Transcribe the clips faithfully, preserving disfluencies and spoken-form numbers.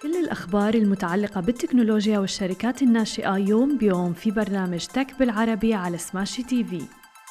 كل الأخبار المتعلقة بالتكنولوجيا والشركات الناشئة يوم بيوم في برنامج تك بالعربي على سماشي تي في.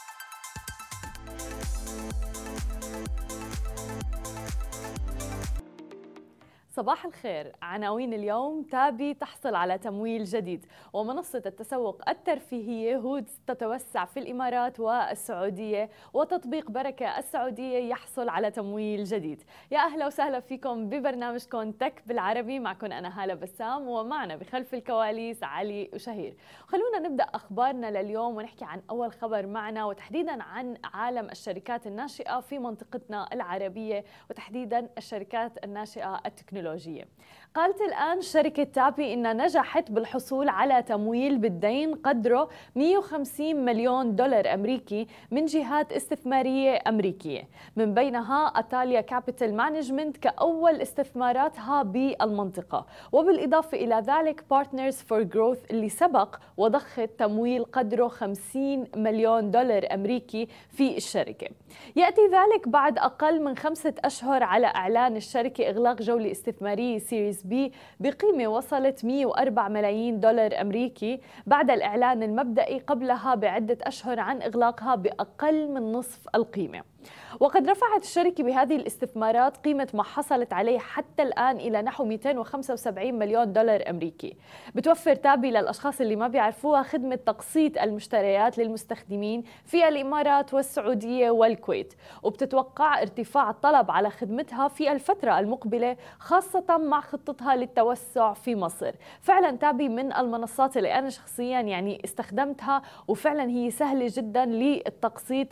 صباح الخير. عناوين اليوم: تابي تحصل على تمويل جديد، ومنصة التسوق الترفيهية هودز تتوسع في الإمارات والسعودية، وتطبيق بركة السعودية يحصل على تمويل جديد. يا أهلا وسهلا فيكم ببرنامجكم تك بالعربي، معكم أنا هالة بسام، ومعنا بخلف الكواليس علي وشهير. خلونا نبدأ أخبارنا لليوم ونحكي عن أول خبر معنا، وتحديدا عن عالم الشركات الناشئة في منطقتنا العربية، وتحديدا الشركات الناشئة التكنولوجية. قالت الآن شركة تابي إنها نجحت بالحصول على تمويل بالدين قدره مئة وخمسين مليون دولار أمريكي من جهات استثمارية أمريكية، من بينها أتاليا كابيتال مانجمنت كأول استثماراتها بالمنطقة، وبالإضافة إلى ذلك بارتنرز فور جروث اللي سبق وضخت تمويل قدره خمسين مليون دولار أمريكي في الشركة. يأتي ذلك بعد أقل من خمسة أشهر على إعلان الشركة إغلاق جولة استثمارية سيريز بي بقيمة وصلت مئة وأربعة ملايين دولار أمريكي، بعد الإعلان المبدئي قبلها بعدة أشهر عن إغلاقها بأقل من نصف القيمة. وقد رفعت الشركة بهذه الاستثمارات قيمة ما حصلت عليه حتى الآن إلى نحو مئتين وخمسة وسبعين مليون دولار أمريكي. بتوفر تابي للأشخاص اللي ما بيعرفوها خدمة تقسيط المشتريات للمستخدمين في الإمارات والسعودية والكويت، وبتتوقع ارتفاع الطلب على خدمتها في الفترة المقبلة، خاصة مع خطتها للتوسع في مصر. فعلا تابي من المنصات اللي أنا شخصيا يعني استخدمتها، وفعلا هي سهلة جدا للتقسيط،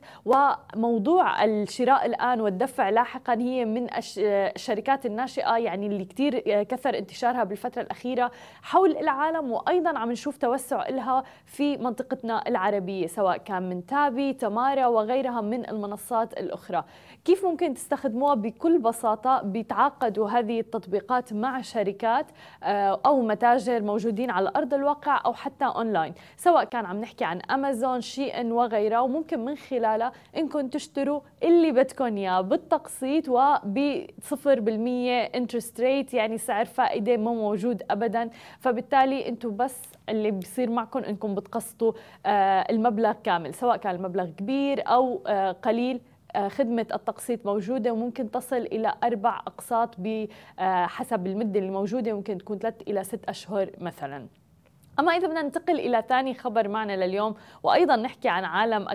وموضوع الشراء الآن والدفع لاحقا هي من الشركات الناشئة يعني اللي كتير كثر انتشارها بالفترة الأخيرة حول العالم، وأيضا عم نشوف توسع لها في منطقتنا العربية، سواء كان من تابي، تمارا وغيرها من المنصات الأخرى. كيف ممكن تستخدموها؟ بكل بساطة بيتعاقدوا هذه التطبيقات مع شركات أو متاجر موجودين على أرض الواقع أو حتى أونلاين، سواء كان عم نحكي عن أمازون، شيئن وغيرها، وممكن من خلالها إنكم تشتروا اللي بدكم إياه بالتقسيط وبصفر بالمية انترست ريت، يعني سعر فائدة مو موجود أبدا. فبالتالي أنتم بس اللي بيصير معكم إنكم بتقسطوا المبلغ كامل، سواء كان المبلغ كبير أو قليل. خدمة التقسيط موجودة وممكن تصل إلى أربع أقساط بحسب المدة اللي موجودة، ممكن تكون ثلاث إلى ست أشهر مثلاً. أما إذا بدنا ننتقل إلى ثاني خبر معنا لليوم، وأيضا نحكي عن عالم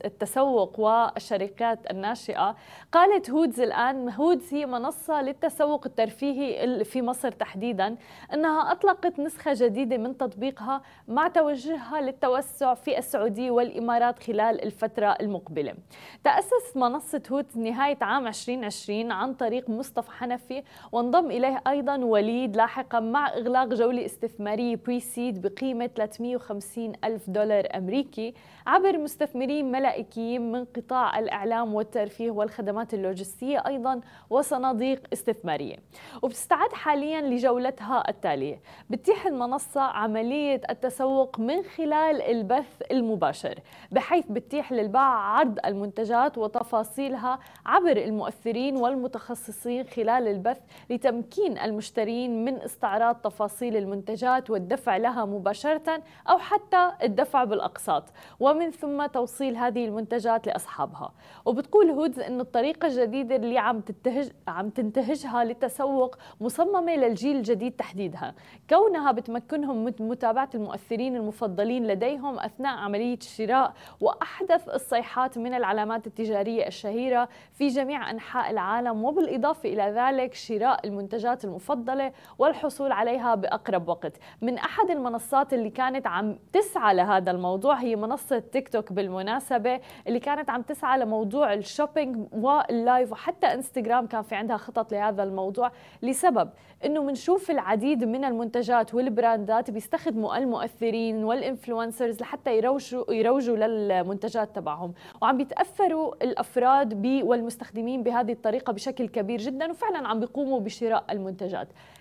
التسوق والشركات الناشئة، قالت هودز الآن، هودز هي منصة للتسوق الترفيهي في مصر تحديدا، أنها أطلقت نسخة جديدة من تطبيقها مع توجهها للتوسع في السعودية والإمارات خلال الفترة المقبلة. تأسست منصة هودز نهاية عام عشرين عشرين عن طريق مصطفى حنفي، وانضم إليه أيضا وليد لاحقا مع إغلاق جولة استثمارية بري سيد بقيمة ثلاثمئة وخمسين ألف دولار أمريكي عبر مستثمرين ملائكيين من قطاع الإعلام والترفيه والخدمات اللوجستية أيضا وصناديق استثمارية. وبتستعد حاليا لجولتها التالية. بتتيح المنصة عملية التسوق من خلال البث المباشر، بحيث بتتيح للبائع عرض المنتجات وتفاصيلها عبر المؤثرين والمتخصصين خلال البث، لتمكين المشترين من استعراض تفاصيل المنتجات والدفع لها مباشرة أو حتى الدفع بالأقساط، ومن ثم توصيل هذه المنتجات لأصحابها. وبتقول هودز إن الطريقة الجديدة اللي عم تنتهج عم تنتهجها للتسوق مصممة للجيل الجديد تحديدها، كونها بتمكنهم من متابعة المؤثرين المفضلين لديهم أثناء عملية الشراء وأحدث الصيحات من العلامات التجارية الشهيرة في جميع أنحاء العالم، وبالإضافة إلى ذلك شراء المنتجات المفضلة والحصول عليها بأقرب وقت. من أحد المنصات اللي كانت عم تسعى لهذا الموضوع هي منصة تيك توك بالمناسبة، اللي كانت عم تسعى لموضوع الشوبينج واللايف، وحتى انستغرام كان في عندها خطط لهذا الموضوع، لسبب انه بنشوف العديد من المنتجات والبراندات بيستخدموا المؤثرين والانفلونسرز لحتى يروجوا يروجوا للمنتجات تبعهم، وعم بيتاثروا الافراد والمستخدمين بهذه الطريقه بشكل كبير جدا، وفعلا عم بيقوموا بشراء المنتجات.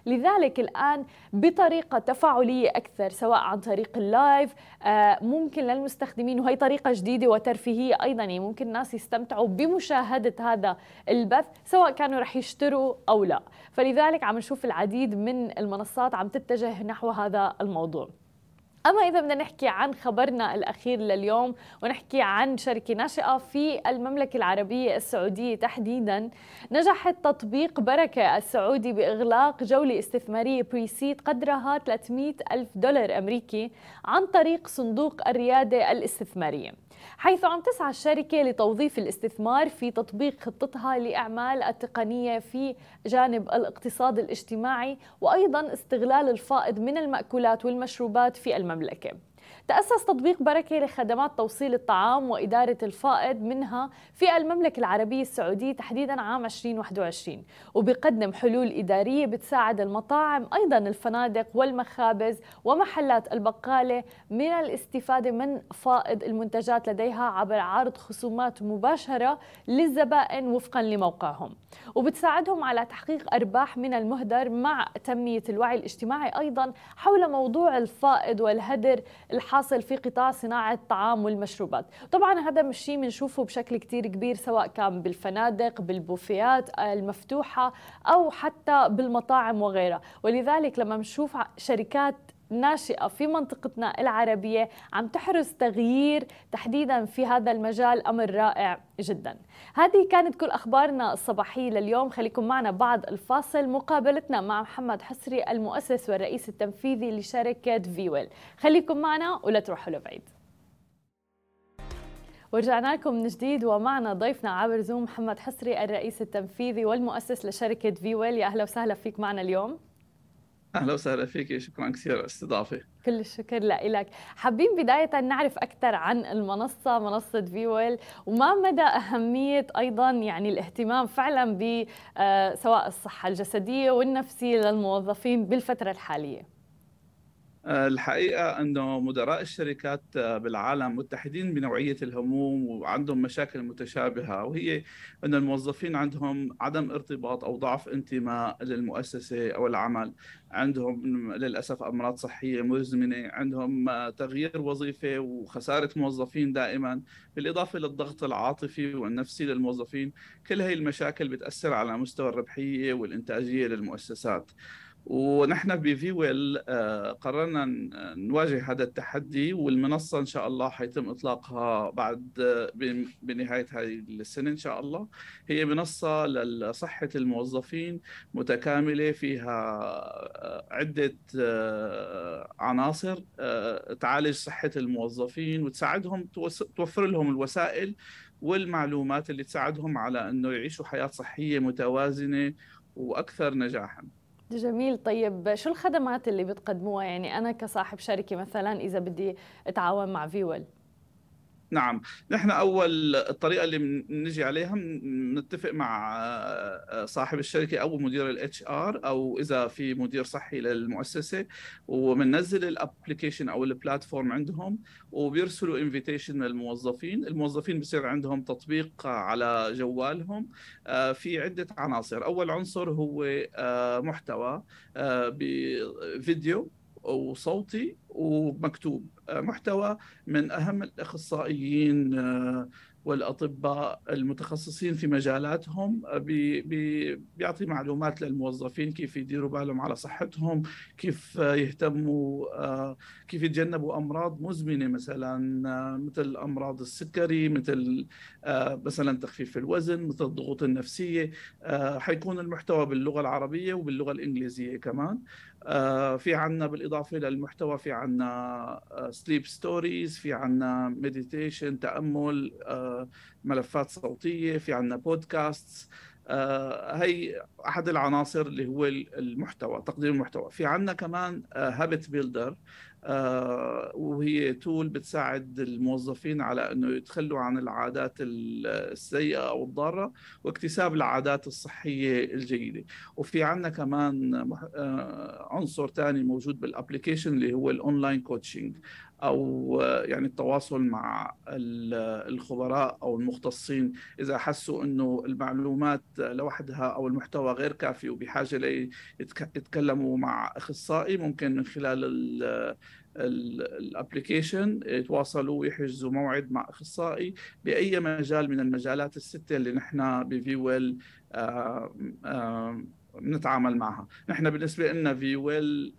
لذلك الآن بطريقة تفاعلية أكثر، سواء عن طريق اللايف ممكن للمستخدمين، وهي طريقة جديدة وترفيهية أيضا، يعني ممكن الناس يستمتعوا بمشاهدة هذا البث سواء كانوا رح يشتروا أو لا. فلذلك عم نشوف العديد من المنصات عم تتجه نحو هذا الموضوع. أما إذا بدنا نحكي عن خبرنا الأخير لليوم ونحكي عن شركة ناشئة في المملكة العربية السعودية تحديداً، نجح تطبيق بركة السعودي بإغلاق جولة استثمارية بريسيد قدرها ثلاثمئة ألف دولار أمريكي عن طريق صندوق الريادة الاستثمارية، حيث عم تسعى الشركة لتوظيف الاستثمار في تطبيق خطتها لأعمال التقنية في جانب الاقتصاد الاجتماعي، وأيضاً استغلال الفائض من المأكولات والمشروبات في المملكة. تأسس تطبيق بركة لخدمات توصيل الطعام وإدارة الفائض منها في المملكة العربية السعودية تحديداً عام ألفين وواحد وعشرين، وبيقدم حلول إدارية بتساعد المطاعم أيضاً الفنادق والمخابز ومحلات البقالة من الاستفادة من فائض المنتجات لديها عبر عرض خصومات مباشرة للزبائن وفقاً لموقعهم، وبتساعدهم على تحقيق أرباح من المهدر مع تنمية الوعي الاجتماعي أيضاً حول موضوع الفائض والهدر الحاصل في قطاع صناعة الطعام والمشروبات. طبعا هذا مش شيء بنشوفه بشكل كتير كبير سواء كان بالفنادق، بالبوفيات المفتوحة، أو حتى بالمطاعم وغيرها، ولذلك لما بنشوف شركات ناشئة في منطقتنا العربية عم تحرز تغيير تحديدا في هذا المجال، أمر رائع جدا. هذه كانت كل أخبارنا الصباحية لليوم، خليكم معنا بعد الفاصل مقابلتنا مع محمد حسري المؤسس والرئيس التنفيذي لشركة فيويل. خليكم معنا ولا تروحوا لبعيد. ورجعنا لكم من جديد ومعنا ضيفنا عبر زوم محمد حسري الرئيس التنفيذي والمؤسس لشركة فيويل. يا أهلا وسهلا فيك معنا اليوم. أهلا وسهلا فيك، شكرا كثير على الاستضافة. كل الشكر لك. حابين بداية نعرف أكثر عن المنصة، منصة فيويل، وما مدى أهمية أيضا يعني الاهتمام فعلا ب سواء الصحة الجسدية والنفسية للموظفين بالفترة الحالية. الحقيقة أنه مدراء الشركات بالعالم متحدين بنوعية الهموم وعندهم مشاكل متشابهة، وهي أن الموظفين عندهم عدم ارتباط أو ضعف انتماء للمؤسسة أو العمل، عندهم للأسف أمراض صحية مزمنة، عندهم تغيير وظيفة وخسارة موظفين دائما، بالإضافة للضغط العاطفي والنفسي للموظفين. كل هذه المشاكل بتأثر على مستوى الربحية والإنتاجية للمؤسسات. ونحن بفيويل قررنا نواجه هذا التحدي، والمنصة إن شاء الله حيتم إطلاقها بعد بنهاية هذه السنة إن شاء الله. هي منصة لصحة الموظفين متكاملة، فيها عدة عناصر تعالج صحة الموظفين وتساعدهم، توفر لهم الوسائل والمعلومات اللي تساعدهم على أنه يعيشوا حياة صحية متوازنة وأكثر نجاحاً. جميل. طيب شو الخدمات اللي بتقدموها؟ يعني أنا كصاحب شركة مثلا إذا بدي أتعاون مع فيويل. نعم، نحن أول الطريقة اللي بنجي عليها بنتفق مع صاحب الشركة أو مدير الاتش ار، أو إذا في مدير صحي للمؤسسة، وبننزل الابليكيشن أو البلاتفورم عندهم، وبيرسلوا انفيتيشن للموظفين. الموظفين بصير عندهم تطبيق على جوالهم في عدة عناصر. أول عنصر هو محتوى بفيديو وصوتي ومكتوب، محتوى من أهم الأخصائيين والأطباء المتخصصين في مجالاتهم، بي بي بيعطي معلومات للموظفين كيف يديروا بالهم على صحتهم، كيف يهتموا، كيف يتجنبوا أمراض مزمنة مثلا مثل أمراض السكري، مثل مثلا تخفيف الوزن، مثل الضغوط النفسية. حيكون المحتوى باللغة العربية وباللغة الإنجليزية كمان. في عنا بالإضافة للمحتوى في عنا سليب ستوريز، في عنا مديتيشن، تأمل، ملفات صوتية، في عنا بودكاست. هي أحد العناصر اللي هو المحتوى، تقديم المحتوى. في عنا كمان هابت بيلدر، وهي تول بتساعد الموظفين على أنه يتخلوا عن العادات السيئة أو الضارة واكتساب العادات الصحية الجيدة. وفي عنا كمان عنصر تاني موجود بالابليكيشن اللي هو الأونلاين كوتشنج. أو يعني التواصل مع الخبراء أو المختصين إذا حسوا أنه المعلومات لوحدها أو المحتوى غير كافي وبحاجة ليتكلموا مع أخصائي، ممكن من خلال الابليكيشن يتواصلوا ويحجزوا موعد مع اخصائي باي مجال من المجالات السته اللي نحن بفيويل بنتعامل معها. نحن بالنسبه لنا فيويل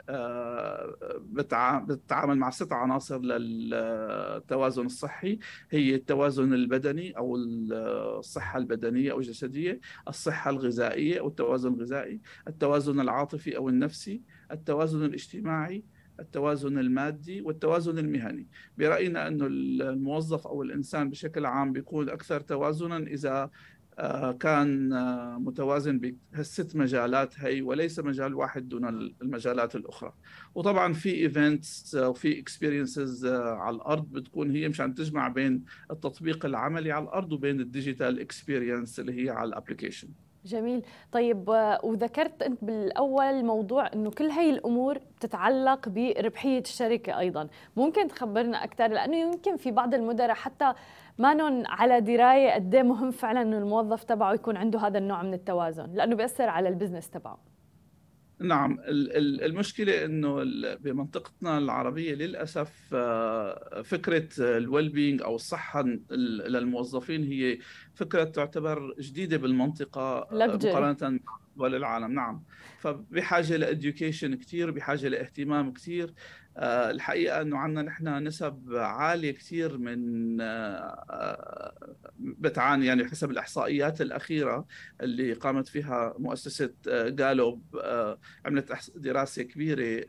بتتعامل مع ست عناصر للتوازن الصحي، هي التوازن البدني او الصحه البدنيه او الجسديه، الصحه الغذائيه او التوازن الغذائي، التوازن العاطفي او النفسي، التوازن الاجتماعي، التوازن المادي، والتوازن المهني. برأينا أنه الموظف أو الإنسان بشكل عام بيكون أكثر توازنا إذا كان متوازن بهالست مجالات هي وليس مجال واحد دون المجالات الأخرى. وطبعا في ايفنتس وفي اكسبيرينسز على الأرض بتكون هي مشان تجمع بين التطبيق العملي على الأرض وبين الديجيتال اكسبيرينس اللي هي على الابليكيشن. جميل. طيب، وذكرت أنت بالأول موضوع أنه كل هاي الأمور بتتعلق بربحية الشركة أيضا، ممكن تخبرنا أكثر؟ لأنه يمكن في بعض المدراء حتى ما نون على دراية قد ايه مهم فعلا أنه الموظف تبعه يكون عنده هذا النوع من التوازن، لأنه بيأثر على البزنس تبعه. نعم، المشكلة أنه بمنطقتنا العربية للأسف فكرة الويل بينج أو الصحة للموظفين هي فكرة تعتبر جديدة بالمنطقة مقارنة بدول العالم. نعم، فبحاجة لإديوكيشن كتير، بحاجة لاهتمام كتير. الحقيقة أنه عندنا نحن نسب عالية كتير من بتعاني، يعني حسب الإحصائيات الأخيرة اللي قامت فيها مؤسسة جالوب، عملت دراسة كبيرة.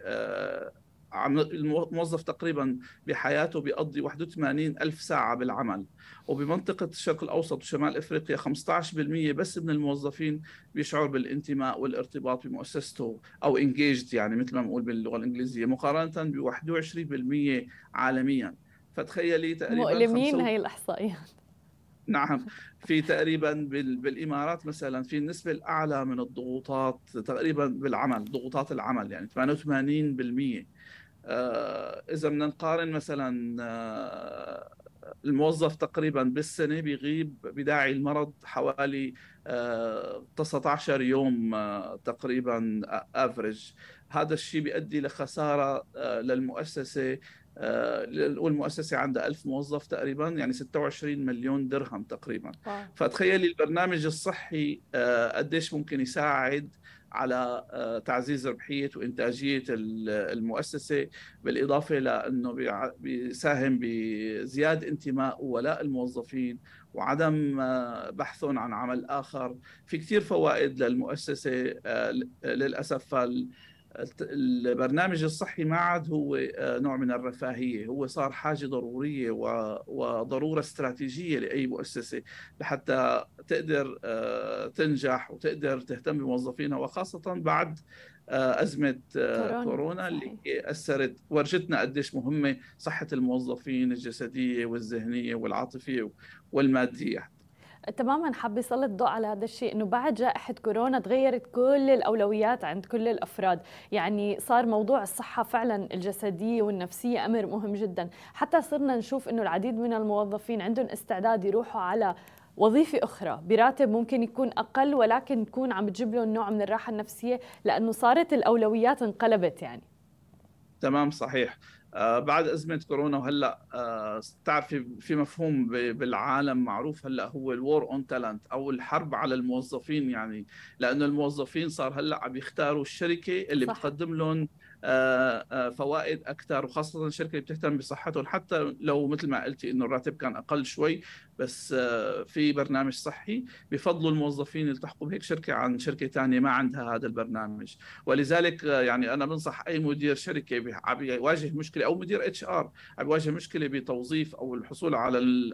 الموظف تقريبا بحياته بيقضي واحد وثمانين ألف ساعة بالعمل، وبمنطقة الشرق الأوسط وشمال إفريقيا خمسة عشر بالمئة بس من الموظفين بيشعر بالانتماء والارتباط بمؤسسته أو engaged، يعني مثل ما بنقول باللغة الإنجليزية، مقارنة ب واحد وعشرين بالمئة عالميا. فتخيلي تقريبا مؤلمين هاي الإحصائيات. نعم، في تقريبا بالإمارات مثلا في النسبة الأعلى من الضغوطات تقريبا بالعمل، ضغوطات العمل يعني ثمانية وثمانين بالمئة. آه إذا بدنا نقارن مثلا، آه الموظف تقريبا بالسنة بيغيب بداعي المرض حوالي آه تسعة عشر يوم آه تقريبا افريج. هذا الشيء بيؤدي لخسارة آه للمؤسسة، والمؤسسة عندها ألف موظف تقريبا، يعني ستة وعشرين مليون درهم تقريبا. فتخيلي البرنامج الصحي قديش ممكن يساعد على تعزيز ربحية وإنتاجية المؤسسة، بالإضافة لأنه بيساهم بزيادة انتماء وولاء الموظفين وعدم بحثهم عن عمل آخر. في كتير فوائد للمؤسسة للأسف. البرنامج الصحي ما عاد هو نوع من الرفاهية، هو صار حاجة ضرورية وضرورة استراتيجية لأي مؤسسة لحتى تقدر تنجح وتقدر تهتم بموظفينها، وخاصة بعد أزمة كورونا, كورونا اللي أثرت ورجتنا قديش مهمة صحة الموظفين الجسدية والذهنية والعاطفية والمادية. تماما. حابة أسلط الضوء على هذا الشيء، انه بعد جائحة كورونا تغيرت كل الاولويات عند كل الافراد، يعني صار موضوع الصحة فعلا الجسدية والنفسية امر مهم جدا. حتى صرنا نشوف انه العديد من الموظفين عندهم استعداد يروحوا على وظيفة أخرى براتب ممكن يكون أقل، ولكن تكون عم تجيب لهم نوع من الراحة النفسية، لأنه صارت الأولويات انقلبت. يعني تمام، صحيح. آه بعد أزمة كورونا وهلأ آه تعرفي في مفهوم بالعالم معروف هلأ هو الوور اون تالنت أو الحرب على الموظفين، يعني لأنه الموظفين صار هلأ عم يختاروا الشركة اللي صح. بتقدم لهم آه آه فوائد أكثر، وخاصة الشركة اللي بتهتم بصحتهم، حتى لو مثل ما قلتي إنه الراتب كان أقل شوي، بس آه في برنامج صحي بفضلوا الموظفين يلتحقوا بهيك شركة عن شركة ثانية ما عندها هذا البرنامج. ولذلك آه يعني أنا بنصح أي مدير شركة عم يواجه مشكلة او مدير اتش ار عم يواجه مشكله بتوظيف او الحصول على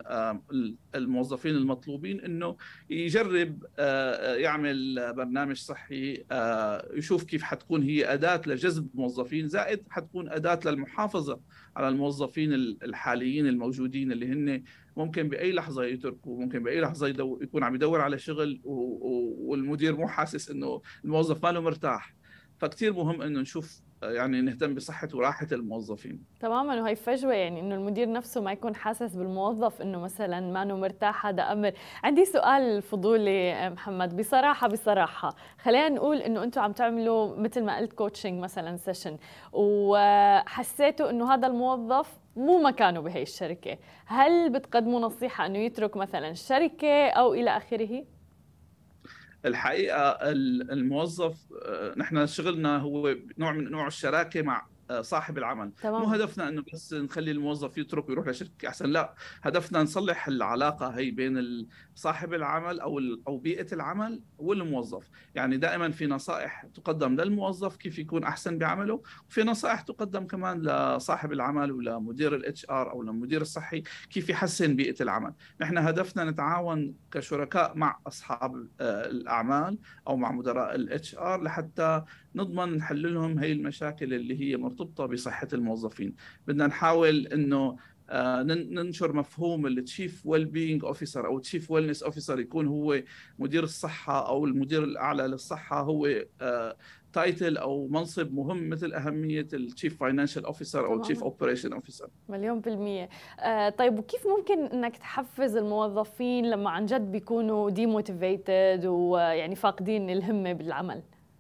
الموظفين المطلوبين، انه يجرب يعمل برنامج صحي، يشوف كيف حتكون هي اداه لجذب موظفين، زائد حتكون اداه للمحافظه على الموظفين الحاليين الموجودين اللي هن ممكن باي لحظه يتركوا، ممكن باي لحظه يكون عم يدور على شغل والمدير مو حاسس انه الموظف ما له مرتاح. فكتير مهم انه نشوف يعني نهتم بصحة وراحة الموظفين. تماما، وهي فجوة يعني انه المدير نفسه ما يكون حاسس بالموظف انه مثلا ما انه مرتاح. هذا امر. عندي سؤال فضولي محمد، بصراحة بصراحة خلينا نقول انه انتم عم تعملوا مثل ما قلت كوتشنج مثلا سيشن، وحسيتوا انه هذا الموظف مو مكانه بهي الشركة، هل بتقدموا نصيحة انه يترك مثلا الشركة او الى اخره؟ الحقيقة الموظف نحن شغلنا هو نوع من نوع الشراكة مع صاحب العمل. تمام. مو هدفنا انه بس نخلي الموظف يترك ويروح لشركه احسن، لا، هدفنا نصلح العلاقه هي بين صاحب العمل او او بيئه العمل والموظف. يعني دائما في نصائح تقدم للموظف كيف يكون احسن بعمله، وفي نصائح تقدم كمان لصاحب العمل ولمدير الاتش ار او للمدير الصحي كيف يحسن بيئه العمل. نحن هدفنا نتعاون كشركاء مع اصحاب الاعمال او مع مدراء الاتش ار لحتى نضمن نحل لهم هي المشاكل اللي هي مرتبطة بصحة الموظفين. بدنا نحاول انه ننشر مفهوم التشيف ويل بينج اوفيسر او تشيف ويلنس اوفيسر، يكون هو مدير الصحة او المدير الاعلى للصحة، هو تايتل او منصب مهم مثل اهميه التشيف فاينانشال اوفيسر او التشيف اوبريشن اوفيسر. مليون بالمية. آه طيب، وكيف ممكن انك تحفز الموظفين لما عن جد بيكونوا ديموتيفيتد ويعني فاقدين الهمة بالعمل؟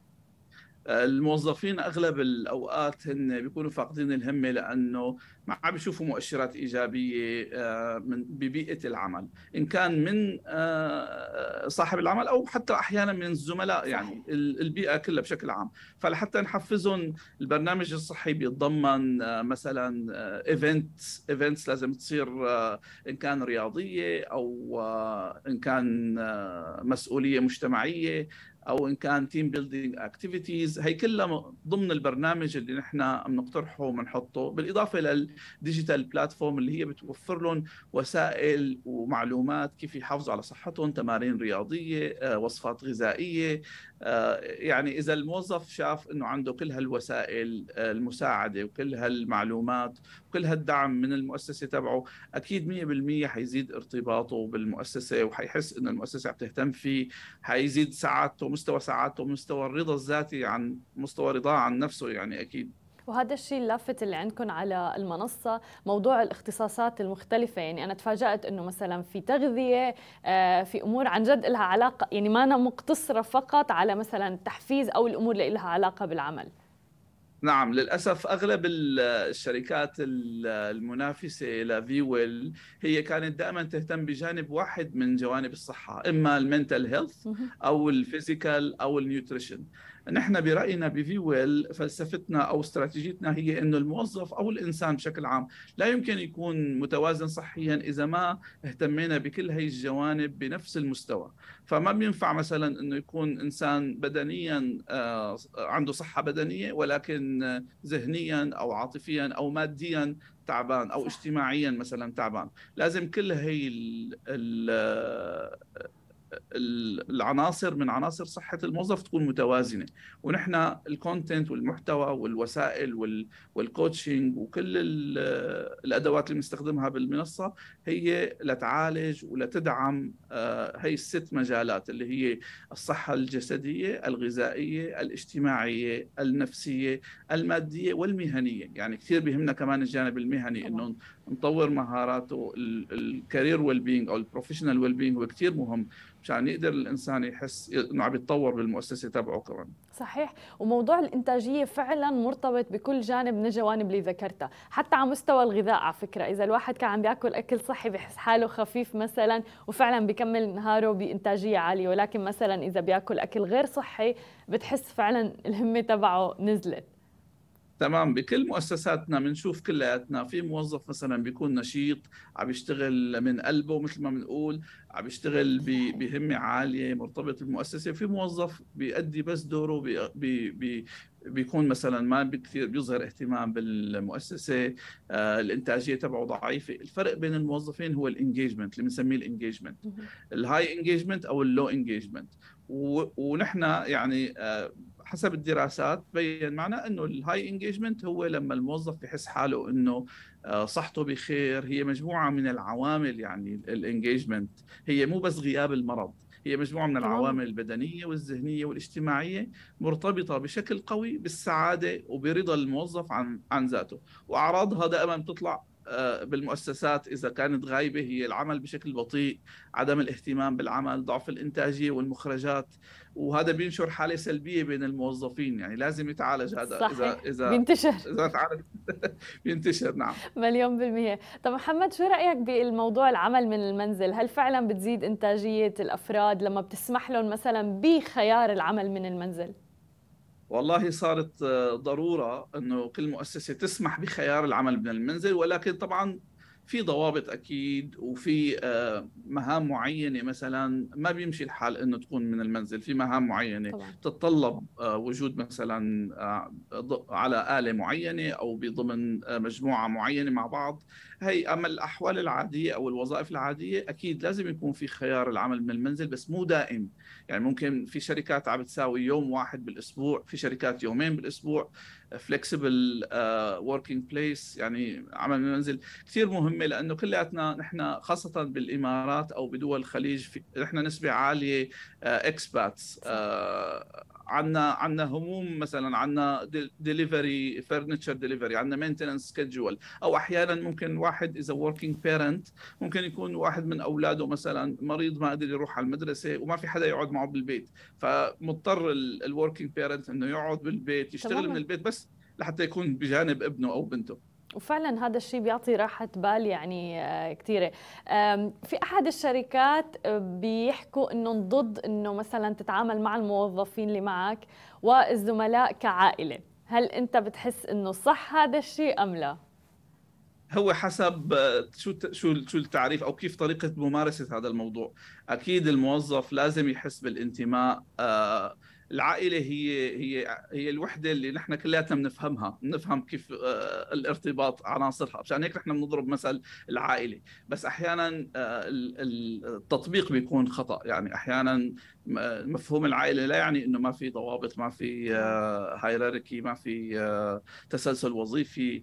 الموظفين اغلب الاوقات هن بيكونوا فاقدين الهمه لانه ما عم بيشوفوا مؤشرات ايجابيه من ببيئه العمل، ان كان من صاحب العمل او حتى احيانا من الزملاء، يعني البيئه كلها بشكل عام. فلحتى نحفزهم، البرنامج الصحي بيتضمن مثلا ايفنتس ايفنتس لازم تصير، ان كان رياضيه او ان كان مسؤوليه مجتمعيه او ان كان تيم بيلدينج اكتيفيتيز. هي كلها ضمن البرنامج اللي نحن بنقترحه وبنحطه، بالاضافه للديجيتال بلاتفورم اللي هي بتوفر لهم وسائل ومعلومات كيف يحافظوا على صحتهم، تمارين رياضيه، وصفات غذائيه. يعني اذا الموظف شاف انه عنده كل هالوسائل المساعده وكل هالمعلومات وكل هالدعم من المؤسسه تبعه، اكيد مية بالمية حيزيد ارتباطه بالمؤسسه وحيحس انه المؤسسه عم تهتم فيه، حيزيد سعادته، مستوى سعادته، مستوى الرضا الذاتي، عن مستوى رضاه عن نفسه يعني اكيد. وهذا الشيء اللافت اللي عندكم على المنصة، موضوع الاختصاصات المختلفة. يعني أنا تفاجأت أنه مثلا في تغذية، في أمور عن جد لها علاقة، يعني ما أنا مقتصرة فقط على مثلا التحفيز أو الأمور اللي لها علاقة بالعمل. نعم، للأسف أغلب الشركات المنافسة لفيويل هي كانت دائما تهتم بجانب واحد من جوانب الصحة، إما المنتل هيلث أو الفيزيكال أو النيوتريشن. نحن برأينا بفيويل فلسفتنا أو استراتيجيتنا هي إنه الموظف أو الإنسان بشكل عام لا يمكن يكون متوازن صحيا إذا ما اهتمينا بكل هاي الجوانب بنفس المستوى. فما بينفع مثلا إنه يكون إنسان بدنيا عنده صحة بدنية ولكن ذهنيا أو عاطفيا أو ماديا تعبان أو اجتماعيا مثلا تعبان. لازم كل هي ال ال العناصر من عناصر صحة الموظف تكون متوازنة. ونحن الكونتنت والمحتوى والوسائل والكوتشنج وكل الأدوات اللي بنستخدمها بالمنصة هي لتعالج ولتدعم هي الست مجالات اللي هي الصحة الجسدية، الغذائية، الاجتماعية، النفسية، المادية والمهنية. يعني كثير بيهمنا كمان الجانب المهني، إنه نطور مهاراته. الكارير ويل بينج أو البروفيشنال ويل بينج هو كثير مهم عشان يقدر الإنسان يحس إنه عم يتطور بالمؤسسة تبعه كمان. صحيح. وموضوع الإنتاجية فعلا مرتبط بكل جانب من الجوانب اللي ذكرتها، حتى على مستوى الغذاء. على فكرة إذا الواحد كان عم بياكل أكل صحي بيحس حاله خفيف مثلا وفعلا بيكمل نهاره بإنتاجية عالية، ولكن مثلا إذا بياكل أكل غير صحي بتحس فعلا الهمة تبعه نزلت. تمام. بكل مؤسساتنا بنشوف كلياتنا في موظف مثلا بيكون نشيط عم يشتغل من قلبه مثل ما بنقول، عم يشتغل بهمة عالية مرتبط بالمؤسسة. في موظف بيأدي بس دوره، بي بي بي بيكون مثلا ما بكثير بيظهر اهتمام بالمؤسسة، آه الإنتاجية تبعه ضعيفة. الفرق بين الموظفين هو الانجيجمنت اللي بنسميه الانجيجمنت، الهاي انجيجمنت أو اللو انجيجمنت. ونحن يعني آه حسب الدراسات بين معنا انه الهاي انجيجمنت هو لما الموظف بحس حاله انه صحته بخير. هي مجموعه من العوامل، يعني الانجيجمنت هي مو بس غياب المرض، هي مجموعة من العوامل البدنية والذهنية والاجتماعية مرتبطة بشكل قوي بالسعادة وبرضا الموظف عن عن ذاته. وأعراضها دائما بتطلع بالمؤسسات إذا كانت غايبة، هي العمل بشكل بطيء، عدم الاهتمام بالعمل، ضعف الإنتاجية والمخرجات، وهذا بينشر حالة سلبية بين الموظفين. يعني لازم يتعالج هذا. صحيح. إذا إذا بينتشر إذا تعالج بينتشر. نعم، مليون بالمية. طب محمد، شو رأيك بالموضوع العمل من المنزل؟ هل فعلا بتزيد إنتاجية الأفراد لما بتسمح لهم مثلا بخيار العمل من المنزل؟ والله صارت ضرورة أنه كل مؤسسة تسمح بخيار العمل من المنزل، ولكن طبعا في ضوابط أكيد، وفي مهام معينة مثلا ما بيمشي الحال أنه تكون من المنزل. في مهام معينة طبعا تتطلب وجود مثلا على آلة معينة أو بضمن مجموعة معينة مع بعض. هي أما الأحوال العادية أو الوظائف العادية أكيد لازم يكون في خيار العمل من المنزل، بس مو دائم. يعني ممكن في شركات عم بتساوي يوم واحد بالأسبوع، في شركات يومين بالأسبوع. flexible uh, working place، يعني عمل من المنزل كثير مهمة، لأنه كلياتنا نحن خاصة بالإمارات أو بدول الخليج نحن نسبة عالية expats. uh, عنا عنا هموم، مثلا عنا ديليفري فرنتشر ديليفري، عنا مينتننس سكيدجول، او احيانا ممكن واحد اذا وركينج بيرنت ممكن يكون واحد من اولاده مثلا مريض ما قدر يروح على المدرسه وما في حدا يقعد معه بالبيت، فمضطر الوركينج بيرنت انه يقعد بالبيت يشتغل تمام. من البيت بس لحتى يكون بجانب ابنه او بنته. وفعلا هذا الشيء بيعطي راحة بال يعني كثيرة. في أحد الشركات بيحكوا إنه ضد إنه مثلا تتعامل مع الموظفين اللي معك والزملاء كعائلة. هل أنت بتحس إنه صح هذا الشيء أم لا؟ هو حسب شو شو شو التعريف او كيف طريقة ممارسة هذا الموضوع. أكيد الموظف لازم يحس بالانتماء. آه العائلة هي هي هي الوحدة اللي نحن كلياتنا بنفهمها، بنفهم كيف الارتباط عناصرها، عشان هيك نحن بنضرب مثل العائلة. بس أحيانا التطبيق بيكون خطأ. يعني أحيانا مفهوم العائلة لا يعني إنه ما في ضوابط، ما في هيراركي، ما في تسلسل وظيفي.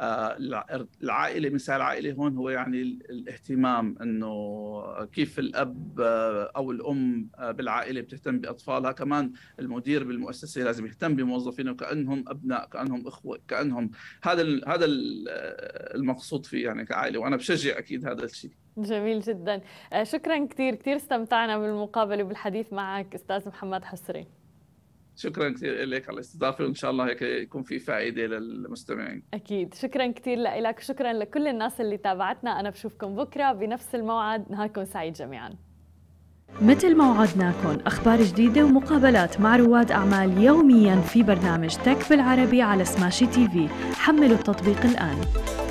العائلة، مثال العائلة هون هو يعني الاهتمام، انه كيف الاب او الام بالعائلة بتهتم باطفالها. كمان المدير بالمؤسسة لازم يهتم بموظفينه كأنهم ابناء، كأنهم اخوة، كأنهم هذا هذا المقصود فيه يعني كعائلة، وانا بشجع اكيد هذا الشيء. جميل جدا. شكرا كثير كثير استمتعنا بالمقابلة وبالحديث معك استاذ محمد حسري. شكرا كثير لك على الاستضافة، وإن شاء الله هيك يكون في فائدة للمستمعين. أكيد. شكرا كثير لك وشكرا لكل الناس اللي تابعتنا. أنا بشوفكم بكرة بنفس الموعد. نهاركم سعيد جميعا. مثل ما وعدناكم أخبار جديدة ومقابلات مع رواد أعمال يوميا في برنامج تك بالعربي على سماشي تي في. حملوا التطبيق الآن.